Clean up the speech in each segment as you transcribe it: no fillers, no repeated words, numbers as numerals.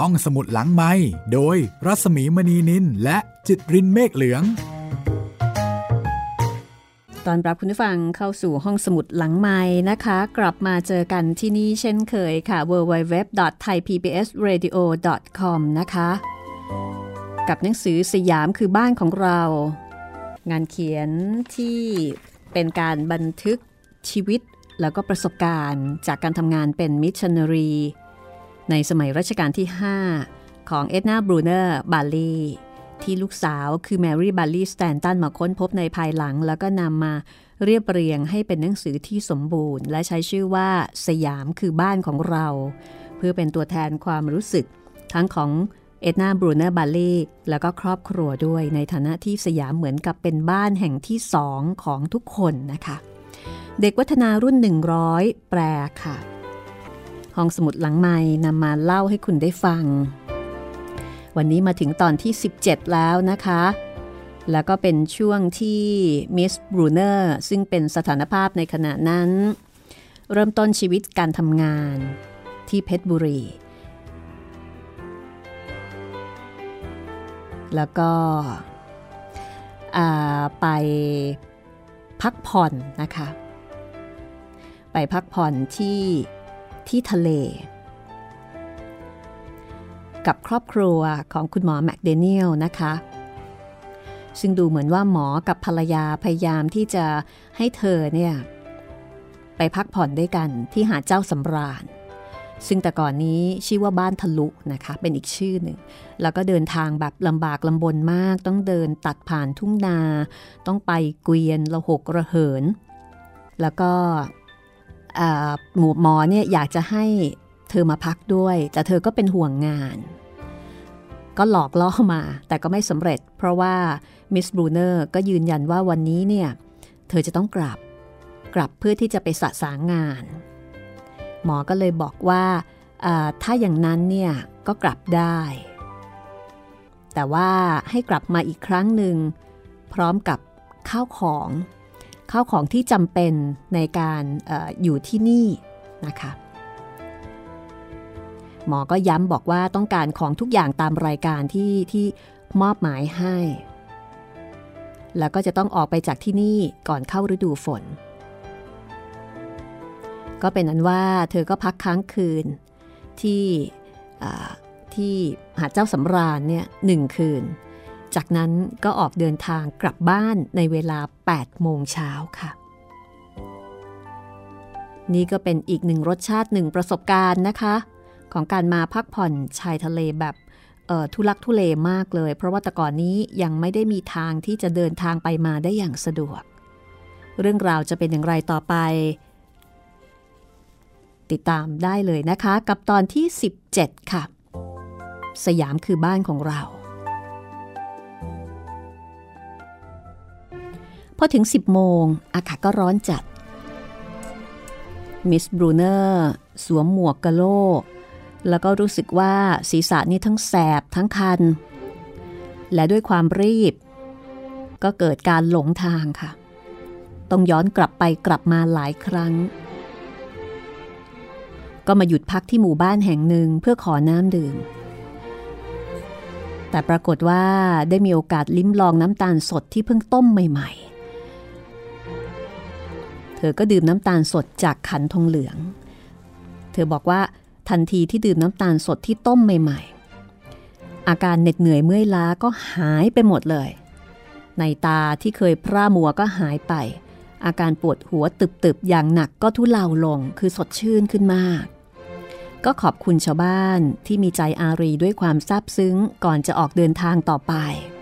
ห้องสมุดหลังไมค์โดยรัศมีมณีนินและจิตรินเมฆเหลืองตอนรับคุณผู้ฟังเข้าสู่ห้องสมุดหลังไมค์นะคะกลับมาเจอกันที่นี่เช่นเคยค่ะ www.thaipbsradio.com นะคะกับหนังสือสยามคือบ้านของเรางานเขียนที่เป็นการบันทึกชีวิตแล้วก็ประสบการณ์จากการทำงานเป็นมิชชันนารีในสมัยรัชกาลที่ 5 ของเอ็ดนา บรูเนอร์ บาลี ที่ลูกสาวคือแมรี่ บาลี สแตนตันมาค้นพบในภายหลังแล้วก็นำมาเรียบเรียงให้เป็นหนังสือที่สมบูรณ์และใช้ชื่อว่าสยามคือบ้านของเราเพื่อเป็นตัวแทนความรู้สึกทั้งของเอ็ดนา บรูเนอร์ บาลีแล้วก็ครอบครัวด้วยในฐานะที่สยามเหมือนกับเป็นบ้านแห่งที่2ของทุกคนนะคะเด็กวัฒนารุ่น100แปลค่ะห้องสมุดหลังไมค์นำมาเล่าให้คุณได้ฟังวันนี้มาถึงตอนที่17แล้วนะคะแล้วก็เป็นช่วงที่มิส บรูเนอร์ซึ่งเป็นสถานภาพในขณะนั้นเริ่มต้นชีวิตการทำงานที่เพชรบุรีแล้วก็ไปพักผ่อนนะคะไปพักผ่อนที่ทะเลกับครอบครัวของคุณหมอแมคเดเนียลนะคะซึ่งดูเหมือนว่าหมอกับภรรยาพยายามที่จะให้เธอเนี่ยไปพักผ่อนด้วยกันที่หาดเจ้าสำราญซึ่งแต่ก่อนนี้ชื่อว่าบ้านทะลุนะคะเป็นอีกชื่อหนึ่งแล้วก็เดินทางแบบลำบากลำบนมากต้องเดินตัดผ่านทุ่งนาต้องไปเกวียนระหกระเหินแล้วก็หมู่หมอเนี่ยอยากจะให้เธอมาพักด้วยแต่เธอก็เป็นห่วงงานก็หลอกล่อมาแต่ก็ไม่สำเร็จเพราะว่ามิส บรูเนอร์ก็ยืนยันว่าวันนี้เนี่ยเธอจะต้องกลับเพื่อที่จะไปสะสางงานหมอก็เลยบอกว่าถ้าอย่างนั้นเนี่ยก็กลับได้แต่ว่าให้กลับมาอีกครั้งหนึ่งพร้อมกับข้าวของที่จำเป็นในการอยู่ที่นี่นะคะหมอก็ย้ำบอกว่าต้องการของทุกอย่างตามรายการที่มอบหมายให้แล้วก็จะต้องออกไปจากที่นี่ก่อนเข้าฤดูฝนก็เป็นอันว่าเธอก็พักค้างคืนที่หาดเจ้าสำราญเนี่ย1 คืนจากนั้นก็ออกเดินทางกลับบ้านในเวลา 8 โมงเช้าค่ะนี่ก็เป็นอีก1รสชาติ1ประสบการณ์นะคะของการมาพักผ่อนชายทะเลแบบทุลักทุเลมากเลยเพราะว่าแต่ก่อนนี้ยังไม่ได้มีทางที่จะเดินทางไปมาได้อย่างสะดวกเรื่องราวจะเป็นอย่างไรต่อไปติดตามได้เลยนะคะกับตอนที่17ค่ะสยามคือบ้านของเราพอถึง10 โมงอากาศก็ร้อนจัดมิส บรูเนอร์สวมหมวกกะโหลกแล้วก็รู้สึกว่าศีรษะนี่ทั้งแสบทั้งคันและด้วยความรีบก็เกิดการหลงทางค่ะต้องย้อนกลับไปกลับมาหลายครั้งก็มาหยุดพักที่หมู่บ้านแห่งหนึ่งเพื่อขอน้ำดื่มแต่ปรากฏว่าได้มีโอกาสลิ้มลองน้ำตาลสดที่เพิ่งต้มใหม่ๆเธอก็ดื่มน้ำตาลสดจากขันทองเหลืองเธอบอกว่าทันทีที่ดื่มน้ำตาลสดที่ต้มใหม่ๆอาการเหน็ดเหนื่อยเมื่อยล้าก็หายไปหมดเลยในตาที่เคยพร่ามัวก็หายไปอาการปวดหัวตึบๆอย่างหนักก็ทุเลาลงคือสดชื่นขึ้นมากก็ขอบคุณชาวบ้านที่มีใจอารีด้วยความซาบซึ้งก่อนจะออกเดินทางต่อไป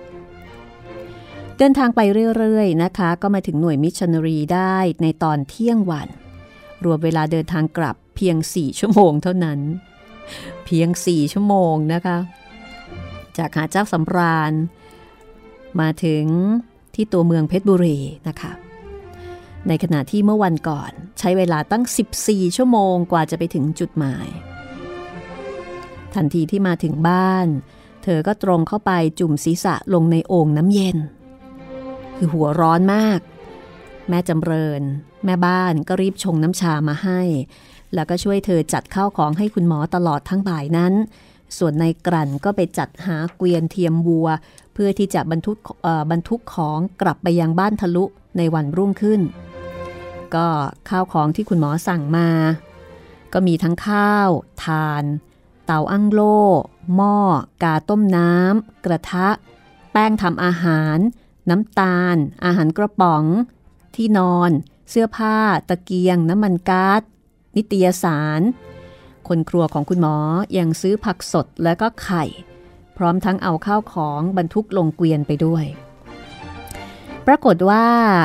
เดินทางไปเรื่อยๆนะคะก็มาถึงหน่วยมิชชันนารีได้ในตอนเที่ยงวันรวมเวลาเดินทางกลับเพียง4 ชั่วโมงเท่านั้นเพียง4 ชั่วโมงนะคะจากหาดเจ้าสำราญมาถึงที่ตัวเมืองเพชรบุรีนะคะในขณะที่เมื่อวันก่อนใช้เวลาตั้ง14 ชั่วโมงกว่าจะไปถึงจุดหมายทันทีที่มาถึงบ้านเธอก็ตรงเข้าไปจุ่มศีรษะลงในโอ่งน้ำเย็นคือหัวร้อนมากแม่จำเริญแม่บ้านก็รีบชงน้ำชามาให้แล้วก็ช่วยเธอจัดข้าวของให้คุณหมอตลอดทั้งบ่ายนั้นส่วนนายกลั่นก็ไปจัดหาเกวียนเทียมวัวเพื่อที่จะบรรทุกของกลับไปยังบ้านทะลุในวันรุ่งขึ้นก็ข้าวของที่คุณหมอสั่งมาก็มีทั้งข้าวถ่านเตาอั้งโล่หม้อกาต้มน้ำกระทะแป้งทำอาหารน้ำตาลอาหารกระป๋องที่นอนเสื้อผ้าตะเกียงน้ำมันก๊าซนิตยสารคนครัวของคุณหมอยังซื้อผักสดและก็ไข่พร้อมทั้งเอาข้าวของบรรทุกลงเกวียนไปด้วยปรากฏว่า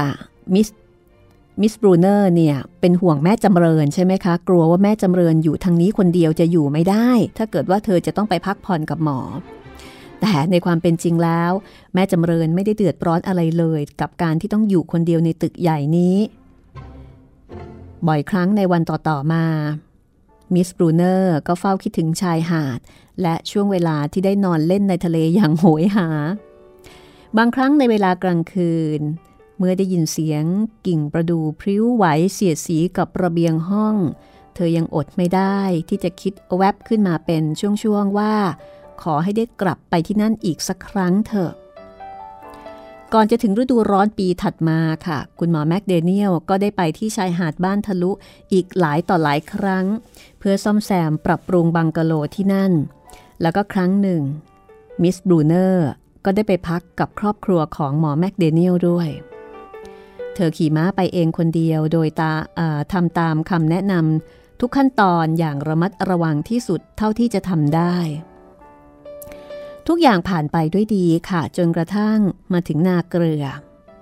มิสบรูเนอร์เนี่ยเป็นห่วงแม่จำเริญใช่ไหมคะกลัวว่าแม่จำเริญอยู่ทางนี้คนเดียวจะอยู่ไม่ได้ถ้าเกิดว่าเธอจะต้องไปพักผ่อนกับหมอแต่ในความเป็นจริงแล้วแม่จำเริญไม่ได้เดือดร้อนอะไรเลยกับการที่ต้องอยู่คนเดียวในตึกใหญ่นี้บ่อยครั้งในวันต่อๆมามิสบรูเนอร์ก็เฝ้าคิดถึงชายหาดและช่วงเวลาที่ได้นอนเล่นในทะเลอย่างโหยหาบางครั้งในเวลากลางคืนเมื่อได้ยินเสียงกิ่งประดู่พริ้วไหวเสียดสีกับระเบียงห้องเธอยังอดไม่ได้ที่จะคิดแวบขึ้นมาเป็นช่วงๆว่าขอให้ได้กลับไปที่นั่นอีกสักครั้งเถอะก่อนจะถึงฤดูร้อนปีถัดมาค่ะคุณหมอแมคเดเนียลก็ได้ไปที่ชายหาดบ้านทะลุอีกหลายต่อหลายครั้งเพื่อซ่อมแซมปรับปรุงบังกะโลที่นั่นแล้วก็ครั้งหนึ่งมิสบรูเนอร์ก็ได้ไปพักกับครอบครัวของหมอแมคเดเนียลด้วยเธอขี่ม้าไปเองคนเดียวโดยทำตามคำแนะนำทุกขั้นตอนอย่างระมัดระวังที่สุดเท่าที่จะทำได้ทุกอย่างผ่านไปด้วยดีค่ะจนกระทั่งมาถึงนาเกลือ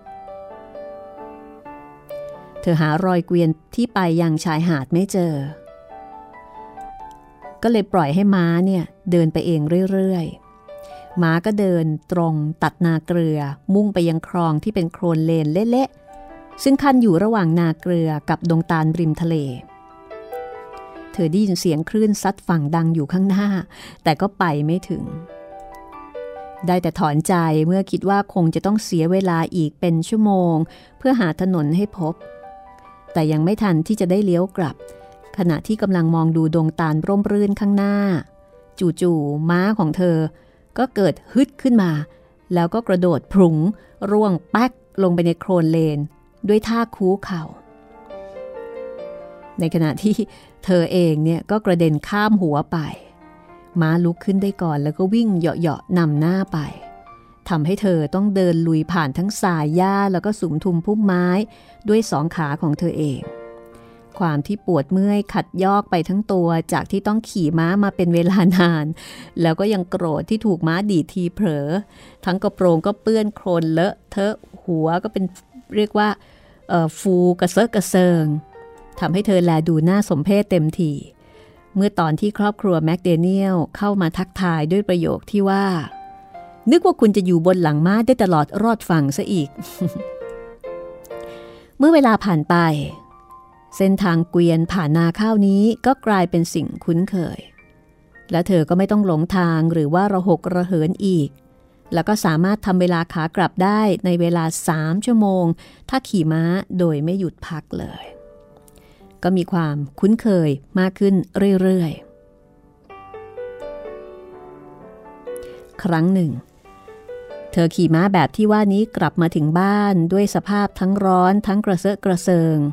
เธอหารอยเกวียนที่ไปยังชายหาดไม่เจอก็เลยปล่อยให้ม้าเนี่ยเดินไปเองเรื่อยๆม้าก็เดินตรงตัดนาเกลือมุ่งไปยังคลองที่เป็นโคลนเลนเละๆซึ่งขั้นอยู่ระหว่างนาเกลือกับดงตาลริมทะเลเธอได้ยินเสียงคลื่นซัดฝั่งดังอยู่ข้างหน้าแต่ก็ไปไม่ถึงได้แต่ถอนใจเมื่อคิดว่าคงจะต้องเสียเวลาอีกเป็นชั่วโมงเพื่อหาถนนให้พบแต่ยังไม่ทันที่จะได้เลี้ยวกลับขณะที่กำลังมองดูดงตาลร่มรื่นข้างหน้าจู่ๆม้าของเธอก็เกิดฮึดขึ้นมาแล้วก็กระโดดพลุงร่วงแป๊กลงไปในโคลนเลนด้วยท่าคู้เข่าในขณะที่เธอเองเนี่ยก็กระเด็นข้ามหัวไปม้าลุกขึ้นได้ก่อนแล้วก็วิ่งเหาะๆนำหน้าไปทำให้เธอต้องเดินลุยผ่านทั้งสายหญ้าแล้วก็สุมทุมพุ่มไม้ด้วยสองขาของเธอเองความที่ปวดเมื่อยขัดยอกไปทั้งตัวจากที่ต้องขี่ม้ามาเป็นเวลานานแล้วก็ยังโกรธที่ถูกม้าดีดทีเผลอทั้งกระโปรงก็เปื้อนโคลนเลอะเทอะหัวก็เป็นเรียกว่าฟูกระเซาะกระเซิงทำให้เธอแลดูน่าสมเพชเต็มทีเมื่อตอนที่ครอบครัวแมคเดเนียลเข้ามาทักทายด้วยประโยคที่ว่านึกว่าคุณจะอยู่บนหลังม้าได้ตลอดรอดฝั่งซะอีก เมื่อเวลาผ่านไปเส้นทางเกวียนผ่านนาข้าวนี้ก็กลายเป็นสิ่งคุ้นเคยและเธอก็ไม่ต้องหลงทางหรือว่าระหกระเหินอีกแล้วก็สามารถทำเวลาขากลับได้ในเวลา3 ชั่วโมงถ้าขี่ม้าโดยไม่หยุดพักเลยก็มีความคุ้นเคยมากขึ้นเรื่อยๆครั้งหนึ่งเธอขี่ม้าแบบที่ว่านี้กลับมาถึงบ้านด้วยสภาพทั้งร้อนทั้งกระเซาะกระเซิง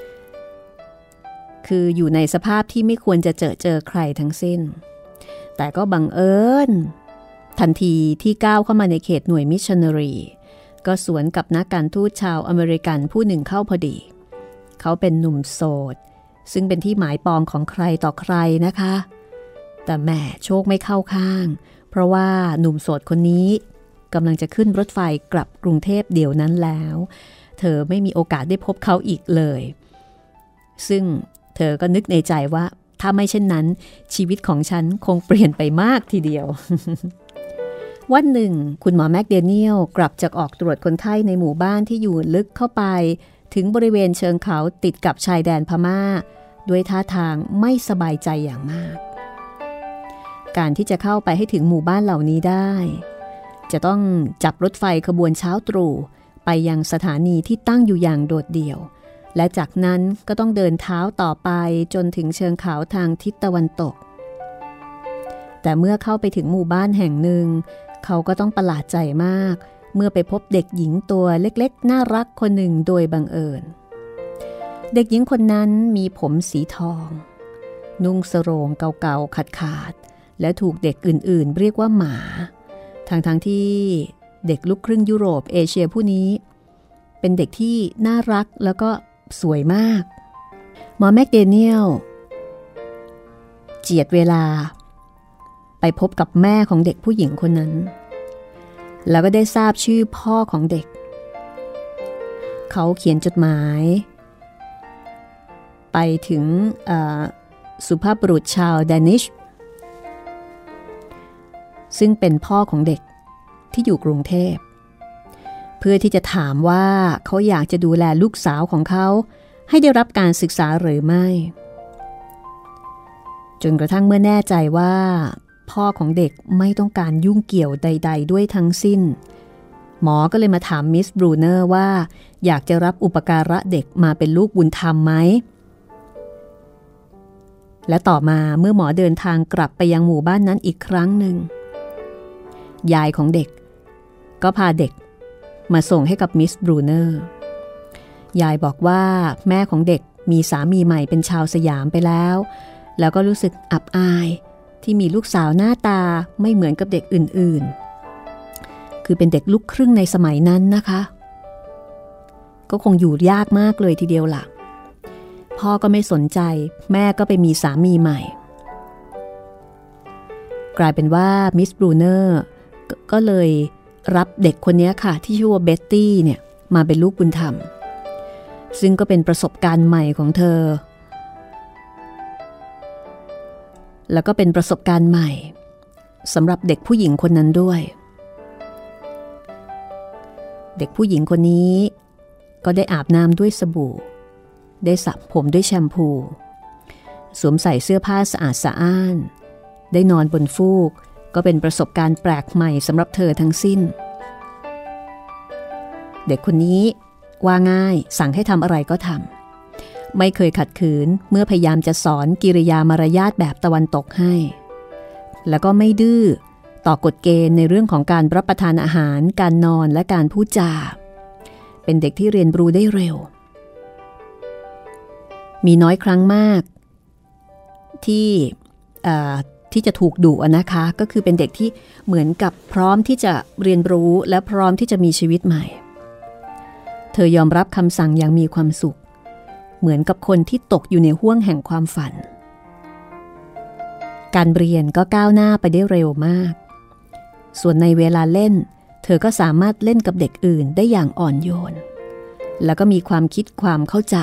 คืออยู่ในสภาพที่ไม่ควรจะเจอใครทั้งสิ้นแต่ก็บังเอิญทันทีที่ก้าวเข้ามาในเขตหน่วยมิชชันนารีก็สวนกับนักการทูตชาวอเมริกันผู้หนึ่งเข้าพอดีเขาเป็นหนุ่มโสดซึ่งเป็นที่หมายปองของใครต่อใครนะคะแต่แหมโชคไม่เข้าข้างเพราะว่าหนุ่มโสดคนนี้กำลังจะขึ้นรถไฟกลับกรุงเทพเดี๋ยวนั้นแล้วเธอไม่มีโอกาสได้พบเขาอีกเลยซึ่งเธอก็นึกในใจว่าถ้าไม่เช่นนั้นชีวิตของฉันคงเปลี่ยนไปมากทีเดียว วันหนึ่งคุณหมอแมคเดเนียลกลับจากออกตรวจคนไข้ในหมู่บ้านที่อยู่ลึกเข้าไปถึงบริเวณเชิงเขาติดกับชายแดนพม่าด้วยท่าทางไม่สบายใจอย่างมากการที่จะเข้าไปให้ถึงหมู่บ้านเหล่านี้ได้จะต้องจับรถไฟขบวนเช้าตรู่ไปยังสถานีที่ตั้งอยู่อย่างโดดเดี่ยวและจากนั้นก็ต้องเดินเท้าต่อไปจนถึงเชิงเขาทางทิศตะวันตกแต่เมื่อเข้าไปถึงหมู่บ้านแห่งหนึ่งเขาก็ต้องประหลาดใจมากเมื่อไปพบเด็กหญิงตัวเล็กๆน่ารักคนหนึ่งโดยบังเอิญเด็กหญิงคนนั้นมีผมสีทองนุ่งสโรงเก่าๆขาดๆและถูกเด็กอื่นๆเรียกว่าหมาทั้งที่เด็กลูกครึ่งยุโรปเอเชียผู้นี้เป็นเด็กที่น่ารักแล้วก็สวยมากหมอแมคเดเนียลเจียดเวลาไปพบกับแม่ของเด็กผู้หญิงคนนั้นแล้วก็ได้ทราบชื่อพ่อของเด็กเขาเขียนจดหมายไปถึงสุภาพบุรุษชาวแดนิชซึ่งเป็นพ่อของเด็กที่อยู่กรุงเทพเพื่อที่จะถามว่าเขาอยากจะดูแลลูกสาวของเขาให้ได้รับการศึกษาหรือไม่จนกระทั่งเมื่อแน่ใจว่าพ่อของเด็กไม่ต้องการยุ่งเกี่ยวใดๆด้วยทั้งสิ้นหมอก็เลยมาถามมิสบรูเนอร์ว่าอยากจะรับอุปการะเด็กมาเป็นลูกบุญธรรมไหมและต่อมาเมื่อหมอเดินทางกลับไปยังหมู่บ้านนั้นอีกครั้งหนึ่งยายของเด็กก็พาเด็กมาส่งให้กับมิสบรูเนอร์ยายบอกว่าแม่ของเด็กมีสามีใหม่เป็นชาวสยามไปแล้วก็รู้สึกอับอายที่มีลูกสาวหน้าตาไม่เหมือนกับเด็กอื่นๆคือเป็นเด็กลูกครึ่งในสมัยนั้นนะคะก็คงอยู่ยากมากเลยทีเดียวล่ะพ่อก็ไม่สนใจแม่ก็ไปมีสามีใหม่กลายเป็นว่ามิสบรูเนอร์ก็เลยรับเด็กคนนี้ค่ะที่ชื่อว่าเบ็ตตี้เนี่ยมาเป็นลูกบุญธรรมซึ่งก็เป็นประสบการณ์ใหม่ของเธอแล้วก็เป็นประสบการณ์ใหม่สำหรับเด็กผู้หญิงคนนั้นด้วยเด็กผู้หญิงคนนี้ก็ได้อาบน้ำด้วยสบู่ได้สระผมด้วยแชมพูสวมใส่เสื้อผ้าสะอาดสะอ้านได้นอนบนฟูกก็เป็นประสบการณ์แปลกใหม่สำหรับเธอทั้งสิ้นเด็กคนนี้ว่าง่ายสั่งให้ทำอะไรก็ทำไม่เคยขัดขืนเมื่อพยายามจะสอนกิริยามารยาทแบบตะวันตกให้แล้วก็ไม่ดื้อต่อกฎเกณฑ์ในเรื่องของการรับประทานอาหารการนอนและการพูดจาเป็นเด็กที่เรียนรู้ได้เร็วมีน้อยครั้งมากที่จะถูกดุนะคะก็คือเป็นเด็กที่เหมือนกับพร้อมที่จะเรียนรู้และพร้อมที่จะมีชีวิตใหม่เธอยอมรับคำสั่งอย่างมีความสุขเหมือนกับคนที่ตกอยู่ในห้วงแห่งความฝันการเรียนก็ก้าวหน้าไปได้เร็วมากส่วนในเวลาเล่นเธอก็สามารถเล่นกับเด็กอื่นได้อย่างอ่อนโยนแล้วก็มีความคิดความเข้าใจ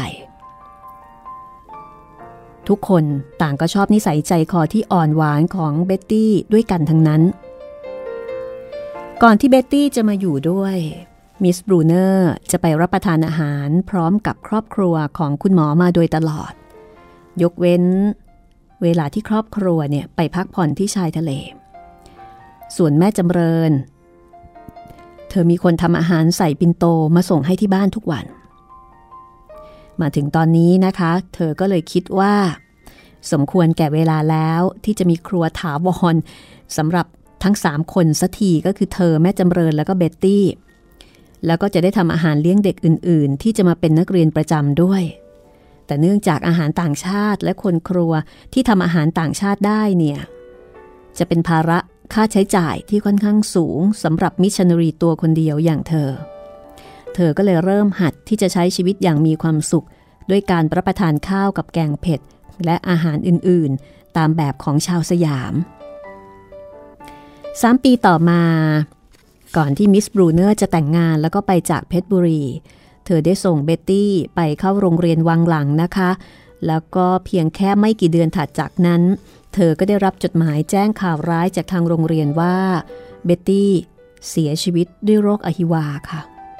ทุกคนต่างก็ชอบนิสัยใจคอที่อ่อนหวานของเบ็ตตี้ด้วยกันทั้งนั้นก่อนที่เบ็ตตี้จะมาอยู่ด้วยมิสบรูเนอร์จะไปรับประทานอาหารพร้อมกับครอบครัวของคุณหมอมาโดยตลอดยกเว้นเวลาที่ครอบครัวเนี่ยไปพักผ่อนที่ชายทะเลส่วนแม่จำเริญเธอมีคนทำอาหารใส่ปิ่นโตมาส่งให้ที่บ้านทุกวันมาถึงตอนนี้นะคะเธอก็เลยคิดว่าสมควรแก่เวลาแล้วที่จะมีครัวถาวรสำหรับทั้ง3คนสักทีก็คือเธอแม่จำเริญแล้วก็เบ็ตตี้แล้วก็จะได้ทำอาหารเลี้ยงเด็กอื่นๆที่จะมาเป็นนักเรียนประจำด้วยแต่เนื่องจากอาหารต่างชาติและคนครัวที่ทำอาหารต่างชาติได้เนี่ยจะเป็นภาระค่าใช้จ่ายที่ค่อนข้างสูงสำหรับมิชชันนารีตัวคนเดียวอย่างเธอก็เลยเริ่มหัดที่จะใช้ชีวิตอย่างมีความสุขด้วยการรับประทานข้าวกับแกงเผ็ดและอาหารอื่นๆตามแบบของชาวสยาม3 ปีต่อมาก่อนที่มิสบรูเนอร์จะแต่งงานแล้วก็ไปจากเพชรบุรีเธอได้ส่งเบ็ตตี้ไปเข้าโรงเรียนวังหลังนะคะแล้วก็เพียงแค่ไม่กี่เดือนถัดจากนั้นเธอก็ได้รับจดหมายแจ้งข่าวร้ายจากทางโรงเรียนว่าเบ็ตตี้เสียชีวิตด้วยโรคอหิวาค่ะ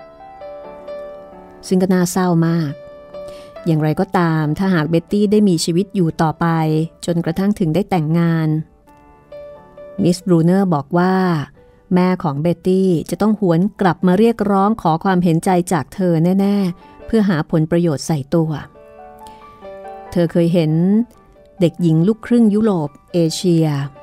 ซึ่งก็น่าเศร้ามากอย่างไรก็ตามถ้าหากเบ็ตตี้ได้มีชีวิตอยู่ต่อไปจนกระทั่งถึงได้แต่งงานมิสบรูเนอร์บอกว่าแม่ของเบ็ตตี้จะต้องหวนกลับมาเรียกร้องขอความเห็นใจจากเธอแน่ๆเพื่อหาผลประโยชน์ใส่ตัวเธอเคยเห็นเด็กหญิงลูกครึ่งยุโรปเอเชีย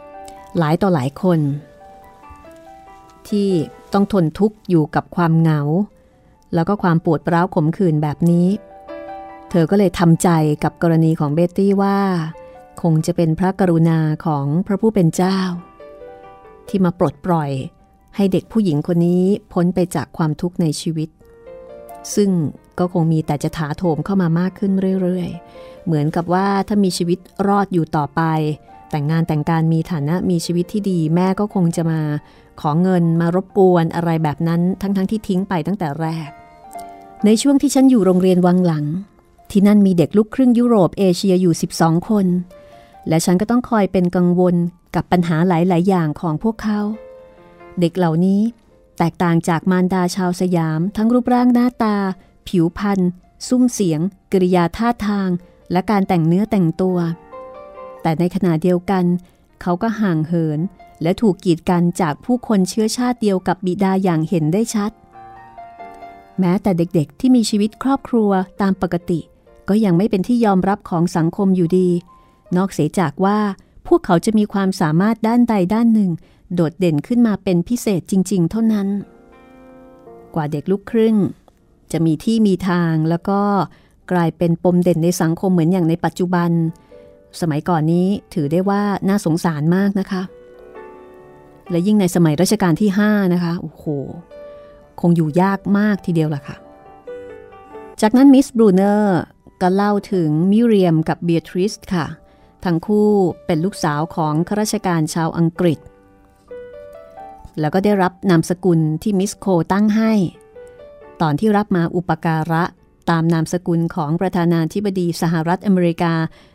หลายต่อหลายคนที่ต้องทนทุกข์อยู่กับความเหงาแล้วก็ความปวดร้าวขมขื่นแบบนี้เธอก็เลยทำใจกับกรณีของเบ็ตตี้ว่าคงจะเป็นพระกรุณาของพระผู้เป็นเจ้าที่มาปลดปล่อยให้เด็กผู้หญิงคนนี้พ้นไปจากความทุกข์ในชีวิตซึ่งก็คงมีแต่จะถาโถมเข้ามามากขึ้นเรื่อยๆเหมือนกับว่าถ้ามีชีวิตรอดอยู่ต่อไปแต่งงานแต่งการมีฐานะมีชีวิตที่ดีแม่ก็คงจะมาขอเงินมารบกวนอะไรแบบนั้นทั้งที่ทิ้งไปตั้งแต่แรกในช่วงที่ฉันอยู่โรงเรียนวังหลังที่นั่นมีเด็กลูกครึ่งยุโรปเอเชียอยู่12คนและฉันก็ต้องคอยเป็นกังวลกับปัญหาหลายๆอย่างของพวกเขาเด็กเหล่านี้แตกต่างจากมารดาชาวสยามทั้งรูปร่างหน้าตาผิวพรรณซุ้มเสียงกริยาท่าทางและการแต่งเนื้อแต่งตัวแต่ในขณะเดียวกันเขาก็ห่างเหินและถูกกีดกันจากผู้คนเชื้อชาติเดียวกับบิดาอย่างเห็นได้ชัดแม้แต่เด็กๆที่มีชีวิตครอบครัวตามปกติก็ยังไม่เป็นที่ยอมรับของสังคมอยู่ดีนอกเสียจากว่าพวกเขาจะมีความสามารถด้านใดด้านหนึ่งโดดเด่นขึ้นมาเป็นพิเศษจริงๆเท่านั้นกว่าเด็กลูกครึ่งจะมีที่มีทางแล้วก็กลายเป็นปมเด่นในสังคมเหมือนอย่างในปัจจุบันสมัยก่อนนี้ถือได้ว่าน่าสงสารมากนะคะและยิ่งในสมัยรัชกาลที่5นะคะโอ้โหคงอยู่ยากมากทีเดียวล่ะค่ะจากนั้นมิสบรูเนอร์ก็เล่าถึงมิเรียมกับเบียทริสค่ะทั้งคู่เป็นลูกสาวของข้าราชการชาวอังกฤษแล้วก็ได้รับนามสกุลที่มิสโคตั้งให้ตอนที่รับมาอุปการะตามนามสกุลของประธานาธิบดีสหรัฐอเมริกา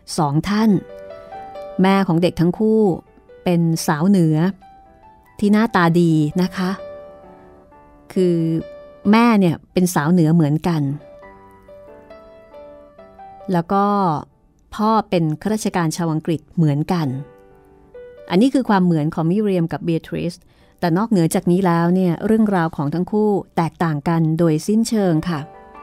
2ท่านแม่ของเด็กทั้งคู่เป็นสาวเหนือที่หน้าตาดีนะคะคือแม่เนี่ยเป็นสาวเหนือเหมือนกันแล้วก็พ่อเป็นข้าราชการชาวอังกฤษเหมือนกันอันนี้คือความเหมือนของมิเรียมกับเบียทริสแต่นอกเหนือจากนี้แล้วเนี่ยเรื่องราวของทั้งคู่แตกต่างกันโดยสิ้นเชิงค่ะ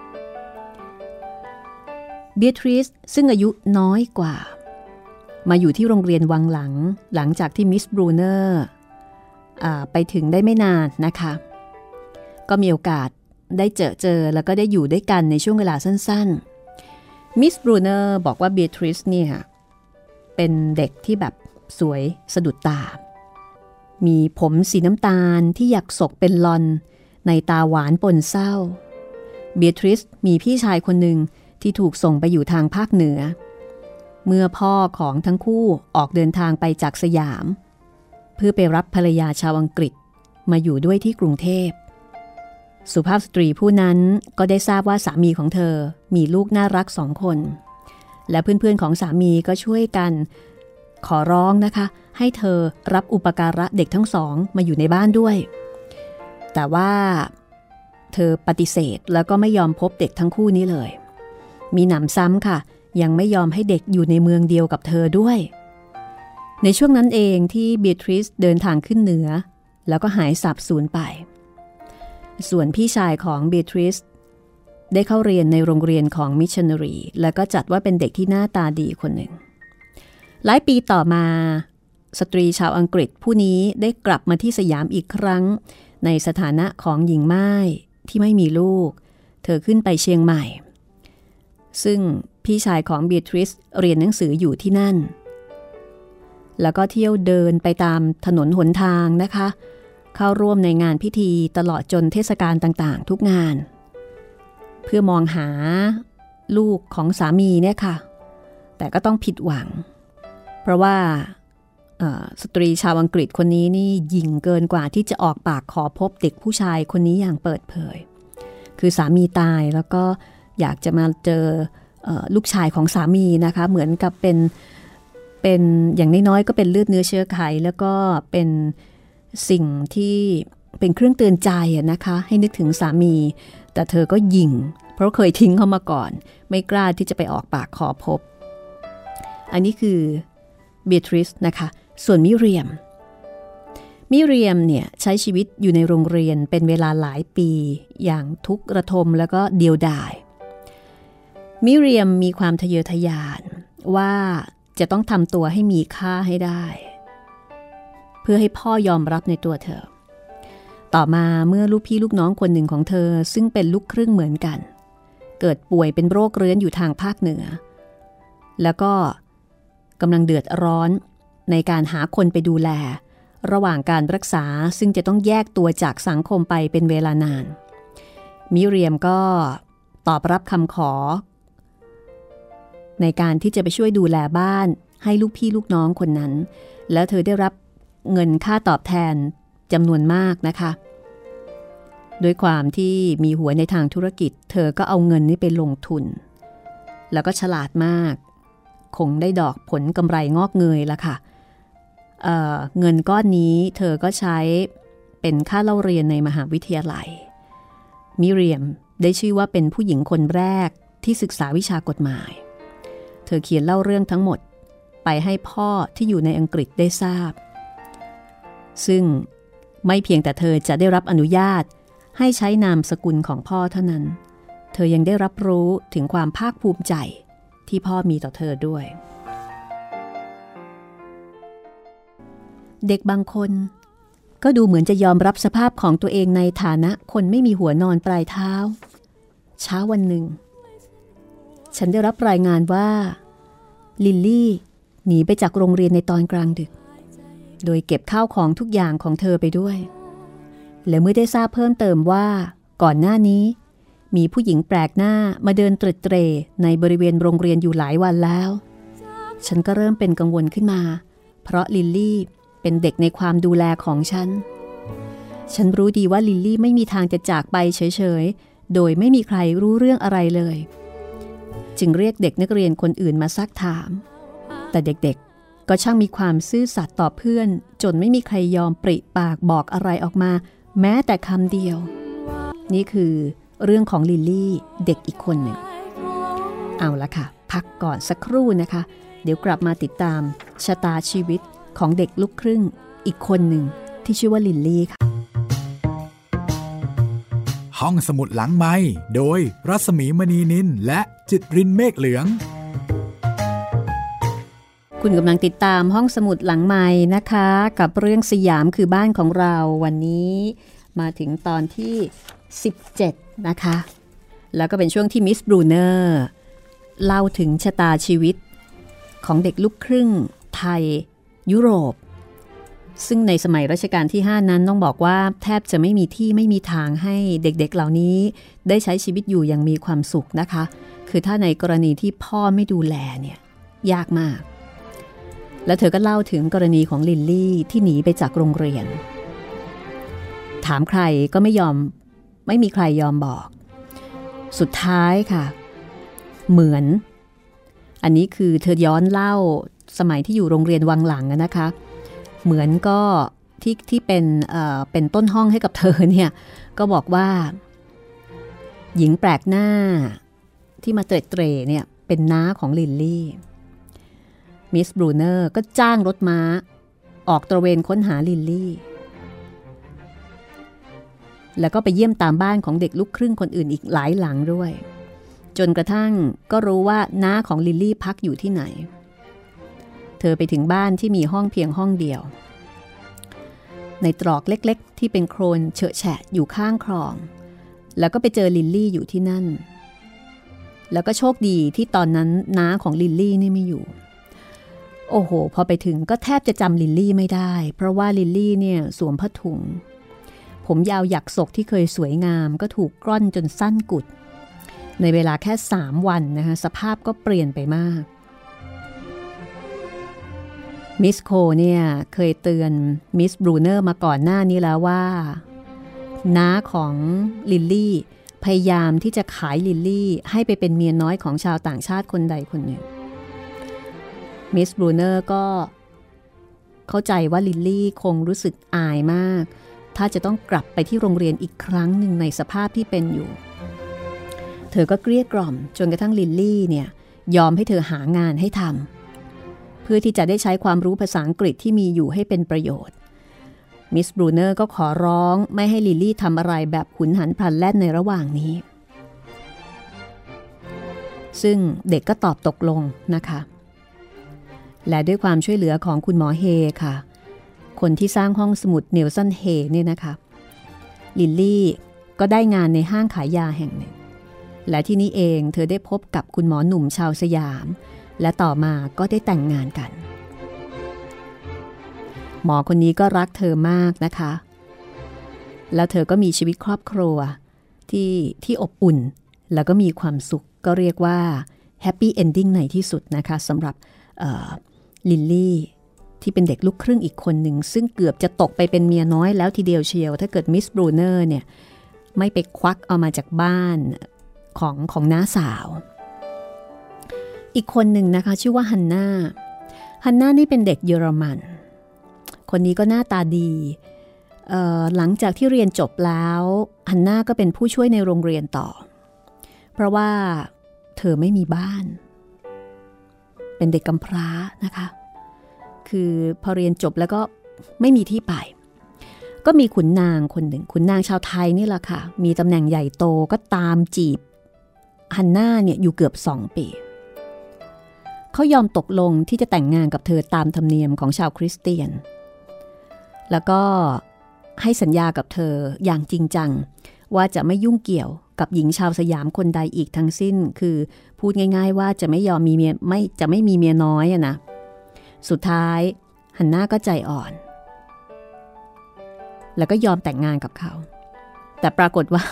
เบียทริสซึ่งอายุน้อยกว่ามาอยู่ที่โรงเรียนวังหลังจากที่มิสบรูเนอร์ไปถึงได้ไม่นานนะคะก็มีโอกาสได้เจอแล้วก็ได้อยู่ด้วยกันในช่วงเวลาสั้นๆมิสบรูเนอร์บอกว่าเบียทริสเนี่ยเป็นเด็กที่แบบสวยสะดุดตามีผมสีน้ำตาลที่หยักศกเป็นลอนในตาหวานปนเศร้าเบียทริสมีพี่ชายคนหนึ่งที่ถูกส่งไปอยู่ทางภาคเหนือเมื่อพ่อของทั้งคู่ออกเดินทางไปจากสยามเพื่อไปรับภรรยาชาวอังกฤษมาอยู่ด้วยที่กรุงเทพสุภาพสตรีผู้นั้นก็ได้ทราบว่าสามีของเธอมีลูกน่ารัก2 คนและเพื่อนๆของสามีก็ช่วยกันขอร้องนะคะให้เธอรับอุปการะเด็กทั้ง2มาอยู่ในบ้านด้วยแต่ว่าเธอปฏิเสธแล้วก็ไม่ยอมพบเด็กทั้งคู่นี้เลยมีหนำซ้ำค่ะยังไม่ยอมให้เด็กอยู่ในเมืองเดียวกับเธอด้วยในช่วงนั้นเองที่เบียทริสเดินทางขึ้นเหนือแล้วก็หายสาบสูญไปส่วนพี่ชายของเบียทริสได้เข้าเรียนในโรงเรียนของมิชชันนารีและก็จัดว่าเป็นเด็กที่หน้าตาดีคนหนึ่งหลายปีต่อมาสตรีชาวอังกฤษผู้นี้ได้กลับมาที่สยามอีกครั้งในสถานะของหญิงม่ายที่ไม่มีลูกเธอขึ้นไปเชียงใหม่ซึ่งพี่ชายของเบียทริสเรียนหนังสืออยู่ที่นั่นแล้วก็เที่ยวเดินไปตามถนนหนทางนะคะเข้าร่วมในงานพิธีตลอดจนเทศกาลต่างๆทุกงานเพื่อมองหาลูกของสามีเนี่ยค่ะแต่ก็ต้องผิดหวังเพราะว่าสตรีชาวอังกฤษคนนี้นี่หยิ่งเกินกว่าที่จะออกปากขอพบเด็กผู้ชายคนนี้อย่างเปิดเผยคือสามีตายแล้วก็อยากจะมาเจอลูกชายของสามีนะคะเหมือนกับเป็นอย่างน้อยๆก็เป็นเลือดเนื้อเชื้อไขแล้วก็เป็นสิ่งที่เป็นเครื่องเตือนใจนะคะให้นึกถึงสามีแต่เธอก็หยิ่งเพราะเคยทิ้งเขามาก่อนไม่กล้าที่จะไปออกปากขอพบอันนี้คือเบียทริสนะคะส่วนมิเรียมเนี่ยใช้ชีวิตอยู่ในโรงเรียนเป็นเวลาหลายปีอย่างทุกข์ระทมแล้วก็เดียวดายมิเรียมมีความทะเยอทะยานว่าจะต้องทำตัวให้มีค่าให้ได้เพื่อให้พ่อยอมรับในตัวเธอต่อมาเมื่อลูกพี่ลูกน้องคนหนึ่งของเธอซึ่งเป็นลูกครึ่งเหมือนกันเกิดป่วยเป็นโรคเรื้อนอยู่ทางภาคเหนือแล้วก็กำลังเดือดร้อนในการหาคนไปดูแลระหว่างการรักษาซึ่งจะต้องแยกตัวจากสังคมไปเป็นเวลานานมิเรียมก็ตอบรับคำขอในการที่จะไปช่วยดูแลบ้านให้ลูกพี่ลูกน้องคนนั้นแล้วเธอได้รับเงินค่าตอบแทนจำนวนมากนะคะด้วยความที่มีหัวในทางธุรกิจเธอก็เอาเงินนี้ไปลงทุนแล้วก็ฉลาดมากคงได้ดอกผลกำไรงอกเงยละค่ะเงินก้อนนี้เธอก็ใช้เป็นค่าเล่าเรียนในมหาวิทยาลัยมิเรียมได้ชื่อว่าเป็นผู้หญิงคนแรกที่ศึกษาวิชากฎหมายเธอเขียนเล่าเรื่องทั้งหมดไปให้พ่อที่อยู่ในอังกฤษได้ทราบซึ่งไม่เพียงแต่เธอจะได้รับอนุญาตให้ใช้นามสกุลของพ่อเท่านั้นเธอยังได้รับรู้ถึงความภาคภูมิใจที่พ่อมีต่อเธอด้วยเด็กบางคนก็ดูเหมือนจะยอมรับสภาพของตัวเองในฐานะคนไม่มีหัวนอนปลายเท้าเช้าวันหนึ่งฉันได้รับรายงานว่าลิลลี่หนีไปจากโรงเรียนในตอนกลางดึกโดยเก็บข้าวของทุกอย่างของเธอไปด้วยและเมื่อได้ทราบเพิ่มเติมว่าก่อนหน้านี้มีผู้หญิงแปลกหน้ามาเดินตรึเตร่ในบริเวณโรงเรียนอยู่หลายวันแล้วฉันก็เริ่มเป็นกังวลขึ้นมาเพราะลิลลี่เป็นเด็กในความดูแลของฉันรู้ดีว่าลิลลี่ไม่มีทางจะจากไปเฉยๆโดยไม่มีใครรู้เรื่องอะไรเลยจึงเรียกเด็กนักเรียนคนอื่นมาซักถามแต่เด็กๆก็ช่างมีความซื่อสัตย์ต่อเพื่อนจนไม่มีใครยอมปริปากบอกอะไรออกมาแม้แต่คำเดียวนี่คือเรื่องของลิลลี่เด็กอีกคนหนึ่งเอาละค่ะพักก่อนสักครู่นะคะเดี๋ยวกลับมาติดตามชะตาชีวิตของเด็กลูกครึ่งอีกคนหนึ่งที่ชื่อว่าลิลลี่ค่ะห้องสมุดหลังไมค์โดยรัศมีมณีนินและจิตรินเมฆเหลืองคุณกำลังติดตามห้องสมุดหลังไมค์นะคะกับเรื่องสยามคือบ้านของเราวันนี้มาถึงตอนที่17นะคะแล้วก็เป็นช่วงที่มิสบรูเนอร์เล่าถึงชะตาชีวิตของเด็กลูกครึ่งไทยยุโรปซึ่งในสมัยรัชกาลที่5นั้นต้องบอกว่าแทบจะไม่มีที่ไม่มีทางให้เด็กๆเหล่านี้ได้ใช้ชีวิตอยู่อย่างมีความสุขนะคะคือถ้าในกรณีที่พ่อไม่ดูแลเนี่ยยากมากแล้วเธอก็เล่าถึงกรณีของลิลลี่ที่หนีไปจากโรงเรียนถามใครก็ไม่มีใครยอมบอกสุดท้ายค่ะเหมือนอันนี้คือเธอย้อนเล่าสมัยที่อยู่โรงเรียนวังหลังนะคะเหมือนก็ที่เป็นต้นห้องให้กับเธอเนี่ยก็บอกว่าหญิงแปลกหน้าที่มาเตร่เนี่ยเป็นน้าของลิลลี่มิสบรูเนอร์ก็จ้างรถม้าออกตระเวนค้นหาลิลลี่แล้วก็ไปเยี่ยมตามบ้านของเด็กลูกครึ่งคนอื่นอีกหลายหลังด้วยจนกระทั่งก็รู้ว่าน้าของลิลลี่พักอยู่ที่ไหนเธอไปถึงบ้านที่มีห้องเพียงห้องเดียวในตรอกเล็กๆที่เป็นโคลนเฉอะแฉะอยู่ข้างคลองแล้วก็ไปเจอลิลลี่อยู่ที่นั่นแล้วก็โชคดีที่ตอนนั้นน้าของลิลลี่นี่ไม่อยู่โอ้โหพอไปถึงก็แทบจะจำลิลลี่ไม่ได้เพราะว่าลิลลี่เนี่ยสวมผ้าถุงผมยาวหยักศกที่เคยสวยงามก็ถูกกร่อนจนสั้นกุดในเวลาแค่3วันนะคะสภาพก็เปลี่ยนไปมากมิสโคเนี่ยเคยเตือนมิสบรูเนอร์มาก่อนหน้านี้แล้วว่าน้าของลิลลี่พยายามที่จะขายลิลลี่ให้ไปเป็นเมียน้อยของชาวต่างชาติคนใดคนหนึ่งมิสบรูเนอร์ก็เข้าใจว่าลิลลี่คงรู้สึกอายมากถ้าจะต้องกลับไปที่โรงเรียนอีกครั้งหนึ่งในสภาพที่เป็นอยู่เธอก็เกลี้ยกล่อมจนกระทั่งลิลลี่เนี่ยยอมให้เธอหางานให้ทำเพื่อที่จะได้ใช้ความรู้ภาษาอังกฤษที่มีอยู่ให้เป็นประโยชน์มิสบรูเนอร์ก็ขอร้องไม่ให้ลิลลี่ทำอะไรแบบหุนหันพลันแล่นในระหว่างนี้ซึ่งเด็กก็ตอบตกลงนะคะและด้วยความช่วยเหลือของคุณหมอเฮค่ะคคนที่สร้างห้องสมุดเนลสันเฮเนี่ยนะคะลิลลี่ก็ได้งานในห้างขายยาแห่งหนึ่งและที่นี้เองเธอได้พบกับคุณหมอหนุ่มชาวสยามและต่อมาก็ได้แต่งงานกันหมอคนนี้ก็รักเธอมากนะคะแล้วเธอก็มีชีวิตครอบครัวที่อบอุ่นแล้วก็มีความสุขก็เรียกว่าแฮปปี้เอนดิ้งในที่สุดนะคะสำหรับลิลลี่ที่เป็นเด็กลูกครึ่งอีกคนหนึ่งซึ่งเกือบจะตกไปเป็นเมียน้อยแล้วทีเดียวเชียวถ้าเกิดมิสบรูเนอร์เนี่ยไม่ไปควักเอามาจากบ้านของน้าสาวอีกคนหนึ่งนะคะชื่อว่าฮันน่านี่เป็นเด็กเยอรมันคนนี้ก็หน้าตาดีหลังจากที่เรียนจบแล้วฮันน่าก็เป็นผู้ช่วยในโรงเรียนต่อเพราะว่าเธอไม่มีบ้านเป็นเด็กกำพร้านะคะคือพอเรียนจบแล้วก็ไม่มีที่ไปก็มีขุนนางคนหนึ่งขุนนางชาวไทยนี่แหละค่ะมีตำแหน่งใหญ่โตก็ตามจีบฮันน่าเนี่ยอยู่เกือบ2 ปีเขายอมตกลงที่จะแต่งงานกับเธอตามธรรมเนียมของชาวคริสเตียนแล้วก็ให้สัญญากับเธออย่างจริงจังว่าจะไม่ยุ่งเกี่ยวกับหญิงชาวสยามคนใดอีกทั้งสิ้นคือพูดง่ายๆว่าจะไม่ยอมมีเมียจะไม่มีเมียน้อยอะนะสุดท้ายฮันน่าก็ใจอ่อนแล้วก็ยอมแต่งงานกับเขาแต่ปรากฏว่า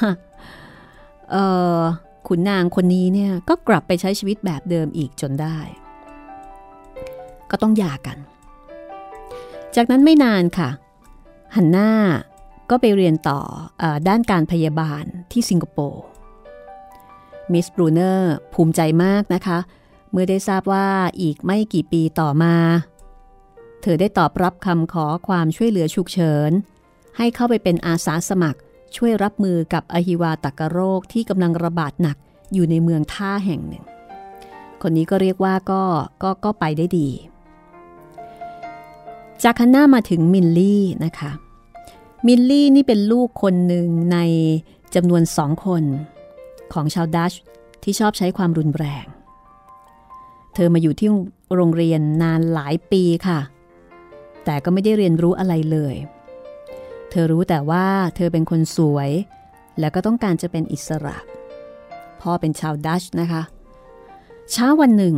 ขุนนางคนนี้เนี่ยก็กลับไปใช้ชีวิตแบบเดิมอีกจนได้ก็ต้องหย่ากันจากนั้นไม่นานค่ะฮันน่าก็ไปเรียนต่อด้านการพยาบาลที่สิงคโปร์มิสบรูเนอร์ภูมิใจมากนะคะเมื่อได้ทราบว่าอีกไม่กี่ปีต่อมาเธอได้ตอบรับคำขอความช่วยเหลือฉุกเฉินให้เข้าไปเป็นอาสาสมัครช่วยรับมือกับอหิวาตกโรคที่กำลังระบาดหนักอยู่ในเมืองท่าแห่งหนึ่งคนนี้ก็เรียกว่าก็ไปได้ดีจากฮันน่ามาถึงมิลลี่นะคะมิลลี่นี่เป็นลูกคนหนึ่งในจำนวน2 คนของชาวดัชที่ชอบใช้ความรุนแรงเธอมาอยู่ที่โรงเรียนนานหลายปีค่ะแต่ก็ไม่ได้เรียนรู้อะไรเลยเธอรู้แต่ว่าเธอเป็นคนสวยและก็ต้องการจะเป็นอิสระพ่อเป็นชาวดัชนะคะเช้าวันหนึ่ง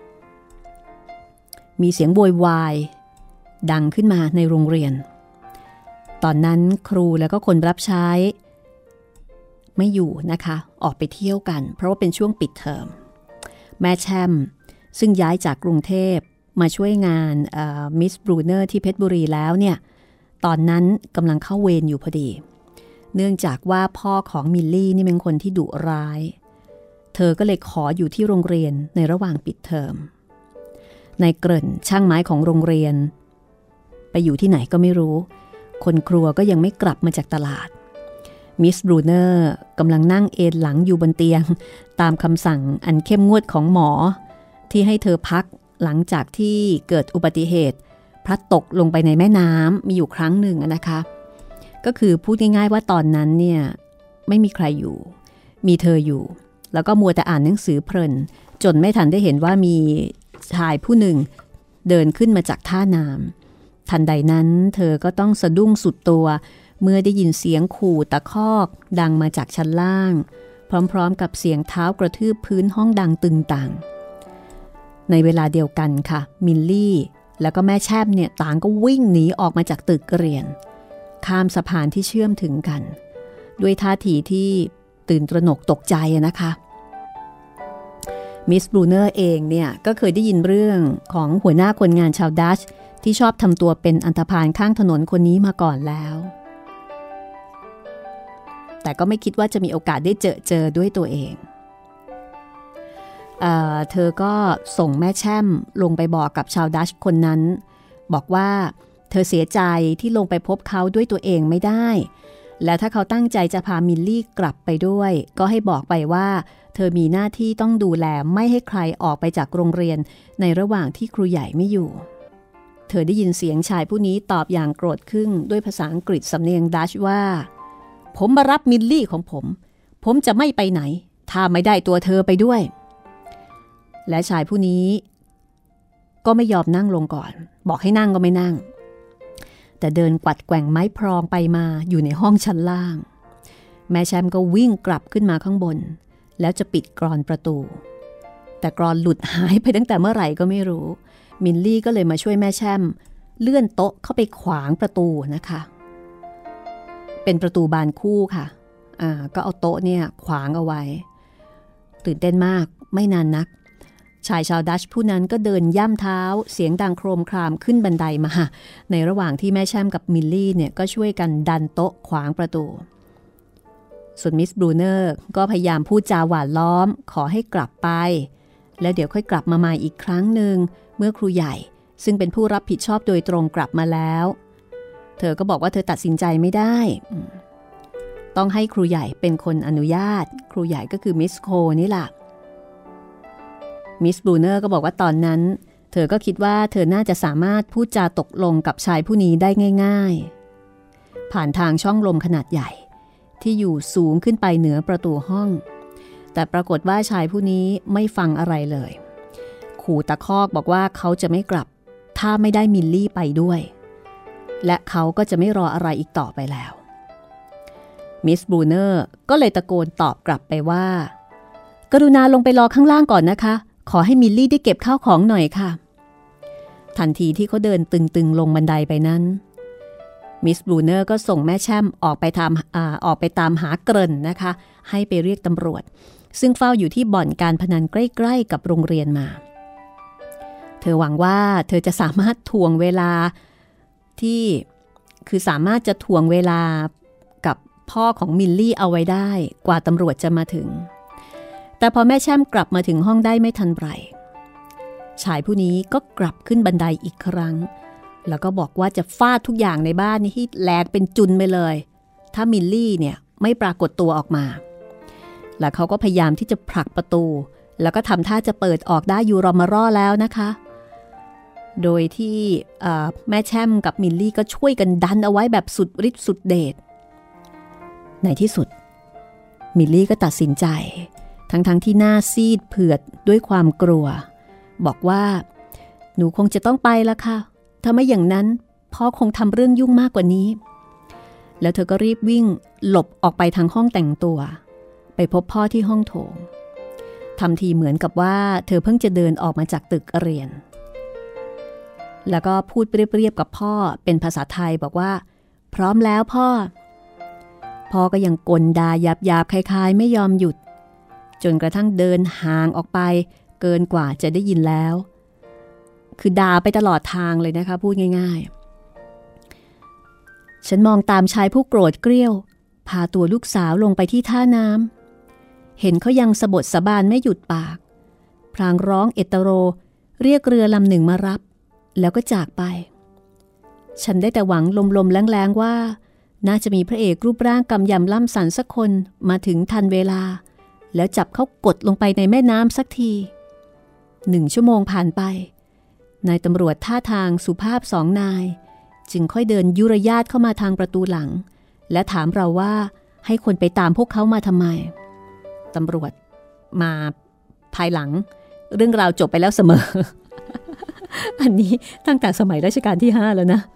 มีเสียงโวยวายดังขึ้นมาในโรงเรียนตอนนั้นครูแล้วก็คนรับใช้ไม่อยู่นะคะออกไปเที่ยวกันเพราะว่าเป็นช่วงปิดเทอมแม่แช่มซึ่งย้ายจากกรุงเทพมาช่วยงานมิสบรูเนอร์ที่เพชรบุรีแล้วเนี่ยตอนนั้นกำลังเข้าเวรอยู่พอดีเนื่องจากว่าพ่อของมิลลี่นี่เป็นคนที่ดุร้ายเธอก็เลยขออยู่ที่โรงเรียนในระหว่างปิดเทอมนายเกริ่นช่างไม้ของโรงเรียนไปอยู่ที่ไหนก็ไม่รู้คนครัวก็ยังไม่กลับมาจากตลาดมิสบรูเนอร์กำลังนั่งเอนหลังอยู่บนเตียงตามคำสั่งอันเข้มงวดของหมอที่ให้เธอพักหลังจากที่เกิดอุบัติเหตุพลัดตกลงไปในแม่น้ำมีอยู่ครั้งหนึ่งนะคะก็คือพูดง่ายๆว่าตอนนั้นเนี่ยไม่มีใครอยู่มีเธออยู่แล้วก็มัวแต่อ่านหนังสือเพลินจนไม่ทันได้เห็นว่ามีชายผู้หนึ่งเดินขึ้นมาจากท่าน้ำทันใดนั้นเธอก็ต้องสะดุ้งสุดตัวเมื่อได้ยินเสียงขู่ตะคอกดังมาจากชั้นล่างพร้อมๆกับเสียงเท้ากระทืบพื้นห้องดังตึงตังในเวลาเดียวกันค่ะมิลลี่แล้วก็แม่แช่มเนี่ยต่างก็วิ่งหนีออกมาจากตึกเรียนข้ามสะพานที่เชื่อมถึงกันด้วยท่าทีที่ตื่นตระหนกตกใจนะคะมิสบรูเนอร์เองเนี่ยก็เคยได้ยินเรื่องของหัวหน้าคนงานชาวดัชที่ชอบทำตัวเป็นอันธพาลข้างถนนคนนี้มาก่อนแล้วแต่ก็ไม่คิดว่าจะมีโอกาสได้เจอด้วยตัวเองเธอก็ส่งแม่แช่มลงไปบอกกับชาวดัชคนนั้นบอกว่าเธอเสียใจที่ลงไปพบเขาด้วยตัวเองไม่ได้และถ้าเขาตั้งใจจะพามิลลี่กลับไปด้วยก็ให้บอกไปว่าเธอมีหน้าที่ต้องดูแลไม่ให้ใครออกไปจากโรงเรียนในระหว่างที่ครูใหญ่ไม่อยู่เธอได้ยินเสียงชายผู้นี้ตอบอย่างโกรธขึ้นด้วยภาษาอังกฤษสำเนียงดัชว่าผมมารับมิลลี่ของผมจะไม่ไปไหนถ้าไม่ได้ตัวเธอไปด้วยและชายผู้นี้ก็ไม่ยอมนั่งลงก่อนบอกให้นั่งก็ไม่นั่งแต่เดินกวัดแกว่งไม้พรองไปมาอยู่ในห้องชั้นล่างแม่แชมก็วิ่งกลับขึ้นมาข้างบนแล้วจะปิดกรอนประตูแต่กรอนหลุดหายไปตั้งแต่เมื่อไหร่ก็ไม่รู้มิลลี่ก็เลยมาช่วยแม่แชมเลื่อนโต๊ะเข้าไปขวางประตูนะคะเป็นประตูบานคู่ค่ะก็เอาโต๊ะเนี่ยขวางเอาไว้ตื่นเต้นมากไม่นานนักชายชาวดัชผู้นั้นก็เดินย่ำเท้าเสียงดังโครมครามขึ้นบันไดมาในระหว่างที่แม่แชมกับมิลลี่เนี่ยก็ช่วยกันดันโต๊ะขวางประตูส่วนมิสบรูเนอร์ก็พยายามพูดจาหวานล้อมขอให้กลับไปแล้วเดี๋ยวค่อยกลับมาใหม่อีกครั้งหนึ่งเมื่อครูใหญ่ซึ่งเป็นผู้รับผิดชอบโดยตรงกลับมาแล้วเธอก็บอกว่าเธอตัดสินใจไม่ได้ต้องให้ครูใหญ่เป็นคนอนุญาตครูใหญ่ก็คือมิสโคนี่แหละมิสบรูเนอร์ก็บอกว่าตอนนั้นเธอก็คิดว่าเธอน่าจะสามารถพูดจาตกลงกับชายผู้นี้ได้ง่ายๆผ่านทางช่องลมขนาดใหญ่ที่อยู่สูงขึ้นไปเหนือประตูห้องแต่ปรากฏว่าชายผู้นี้ไม่ฟังอะไรเลยขู่ตะคอกบอกว่าเขาจะไม่กลับถ้าไม่ได้มิลลี่ไปด้วยและเขาก็จะไม่รออะไรอีกต่อไปแล้วมิสบรูเนอร์ก็เลยตะโกนตอบกลับไปว่ากรุณาลงไปรอข้างล่างก่อนนะคะขอให้มิลลี่ได้เก็บข้าวของหน่อยค่ะทันทีที่เขาเดินตึงๆลงบันไดไปนั้นมิสบรูเนอร์ก็ส่งแม่แช่มออกไปตามหาเกริ่นนะคะให้ไปเรียกตำรวจซึ่งเฝ้าอยู่ที่บ่อนการพนันใกล้ๆกับโรงเรียนมาเธอหวังว่าเธอจะสามารถทวงเวลาที่คือสามารถจะทวงเวลากับพ่อของมิลลี่เอาไว้ได้กว่าตำรวจจะมาถึงแต่พอแม่แช่มกลับมาถึงห้องได้ไม่ทันไรชายผู้นี้ก็กลับขึ้นบันไดอีกครั้งแล้วก็บอกว่าจะฟาดทุกอย่างในบ้านนี้ให้แหลกเป็นจุนไปเลยถ้ามิลลี่เนี่ยไม่ปรากฏตัวออกมาและเขาก็พยายามที่จะผลักประตูแล้วก็ทำท่าจะเปิดออกได้อยู่รอมารอแล้วนะคะโดยที่แม่แช่มกับมิลลี่ก็ช่วยกันดันเอาไว้แบบสุดฤทธิ์สุดเดชในที่สุดมิลลี่ก็ตัดสินใจทั้งที่หน้าซีดเผือดด้วยความกลัวบอกว่าหนูคงจะต้องไปละค่ะถ้าไม่อย่างนั้นพ่อคงทำเรื่องยุ่งมากกว่านี้แล้วเธอก็รีบวิ่งหลบออกไปทางห้องแต่งตัวไปพบพ่อที่ห้องโถงทำทีเหมือนกับว่าเธอเพิ่งจะเดินออกมาจากตึกเรียนแล้วก็พูดเปรียบๆกับพ่อเป็นภาษาไทยบอกว่าพร้อมแล้วพ่อก็ยังกลด่าหยาบๆคล้ายๆไม่ยอมหยุดจนกระทั่งเดินห่างออกไปเกินกว่าจะได้ยินแล้วคือด่าไปตลอดทางเลยนะคะพูดง่ายๆฉันมองตามชายผู้โกรธเกรี้ยวพาตัวลูกสาวลงไปที่ท่าน้ำเห็นเขายังสะบดสะบานไม่หยุดปากพลางร้องเอตโรเรียกเรือลำหนึ่งมารับแล้วก็จากไปฉันได้แต่หวังลมๆแรงๆว่าน่าจะมีพระเอกรูปร่างกำยำล่ำสันสักคนมาถึงทันเวลาแล้วจับเขากดลงไปในแม่น้ำสักที1 ชั่วโมงผ่านไปนายตำรวจท่าทางสุภาพ2 นายจึงค่อยเดินยุรยาตเข้ามาทางประตูหลังและถามเราว่าให้คนไปตามพวกเขามาทำไมตำรวจมาภายหลังเรื่องราวจบไปแล้วเสมอ อันนี้ตั้งแต่สมัยรัชกาลที่5แล้วนะ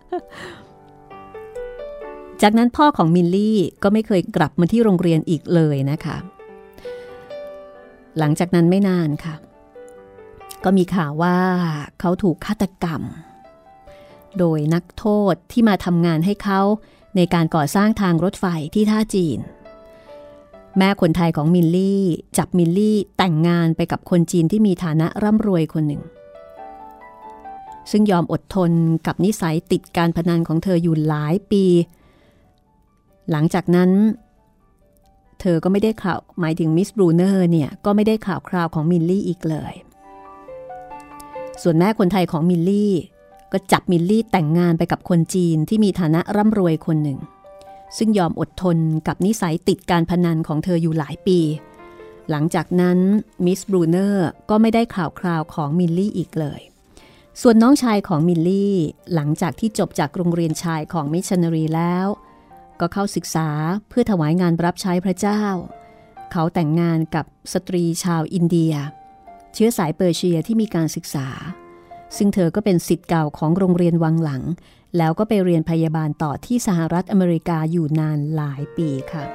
จากนั้นพ่อของมิลลี่ก็ไม่เคยกลับมาที่โรงเรียนอีกเลยนะคะหลังจากนั้นไม่นานค่ะก็มีข่าวว่าเขาถูกฆาตกรรมโดยนักโทษที่มาทำงานให้เขาในการก่อสร้างทางรถไฟที่ท่าจีนแม่คนไทยของมิลลี่จับมิลลี่แต่งงานไปกับคนจีนที่มีฐานะร่ำรวยคนหนึ่งซึ่งยอมอดทนกับนิสัยติดการพนันของเธออยู่หลายปีหลังจากนั้นเธอก็ไม่ได้ข่าวหมายถึงมิสบรูเนอร์เนี่ยก็ไม่ได้ข่าวคราวของมิลลี่อีกเลยส่วนแม่คนไทยของมิลลี่ก็จับมิลลี่แต่งงานไปกับคนจีนที่มีฐานะร่ำรวยคนหนึ่งซึ่งยอมอดทนกับนิสัยติดการพนันของเธออยู่หลายปีหลังจากนั้นมิสบรูเนอร์ก็ไม่ได้ข่าวคราวของมิลลี่อีกเลยส่วนน้องชายของมิลลี่หลังจากที่จบจากโรงเรียนชายของมิชชันนารีแล้วก็เข้าศึกษาเพื่อถวายงานรับใช้พระเจ้าเขาแต่งงานกับสตรีชาวอินเดียเชื้อสายเปอร์เซียที่มีการศึกษาซึ่งเธอก็เป็นศิษย์เก่าของโรงเรียนวังหลังแล้วก็ไปเรียนพยาบาลต่อที่สหรัฐอเมริกาอยู่นานหลายปีค่ะ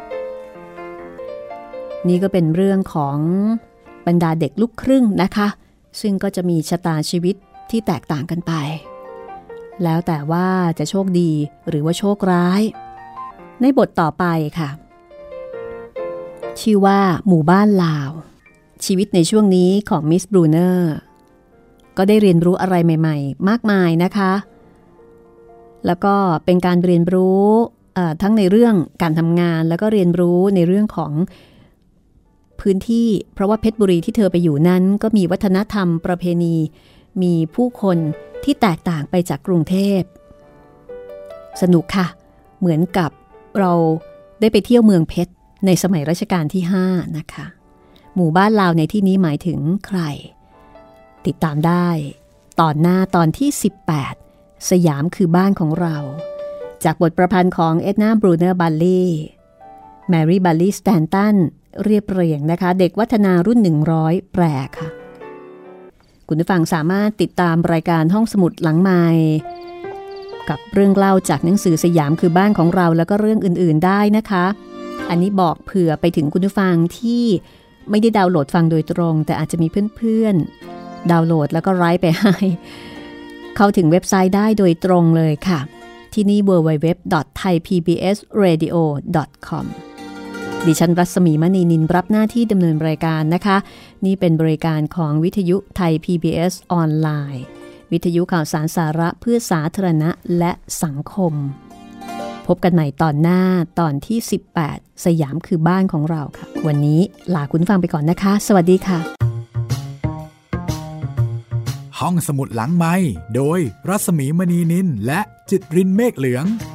นี่ก็เป็นเรื่องของบรรดาเด็กลูกครึ่งนะคะซึ่งก็จะมีชะตาชีวิตที่แตกต่างกันไปแล้วแต่ว่าจะโชคดีหรือว่าโชคร้ายในบทต่อไปค่ะชื่อว่าหมู่บ้านลาวชีวิตในช่วงนี้ของมิสบรูเนอร์ก็ได้เรียนรู้อะไรใหม่ๆมากมายนะคะแล้วก็เป็นการเรียนรู้ทั้งในเรื่องการทำงานแล้วก็เรียนรู้ในเรื่องของพื้นที่เพราะว่าเพชรบุรีที่เธอไปอยู่นั้นก็มีวัฒนธรรมประเพณีมีผู้คนที่แตกต่างไปจากกรุงเทพสนุกค่ะเหมือนกับเราได้ไปเที่ยวเมืองเพชรในสมัยรัชกาลที่5นะคะหมู่บ้านลาวในที่นี้หมายถึงใครติดตามได้ตอนหน้าตอนที่18สยามคือบ้านของเราจากบทประพันธ์ของเอ็ดนาบรูเนอร์บัลลีแมรี่บัลลีสแตนตันเรียบเรียงนะคะเด็กวัฒนารุ่น100แปลค่ะคุณผู้ฟังสามารถติดตามรายการห้องสมุดหลังไมค์กับเรื่องเล่าจากหนังสือสยามคือบ้านของเราแล้วก็เรื่องอื่นๆได้นะคะอันนี้บอกเผื่อไปถึงคุณผู้ฟังที่ไม่ได้ดาวน์โหลดฟังโดยตรงแต่อาจจะมีเพื่อนๆดาวน์โหลดแล้วก็ไลฟ์ไปให้เข้าถึงเว็บไซต์ได้โดยตรงเลยค่ะที่นี่ www.thaipbsradio.com ดิฉันรัศมีมณีนินรับหน้าที่ดำเนินรายการนะคะนี่เป็นบริการของวิทยุไทย PBS ออนไลน์วิทยุข่าวสารสาระเพื่อสาธารณะและสังคมพบกันใหม่ตอนหน้าตอนที่18สยามคือบ้านของเราค่ะวันนี้ลาคุณฟังไปก่อนนะคะสวัสดีค่ะห้องสมุดหลังไมค์โดยรัศมีมณีนินและจิตรินเมฆเหลือง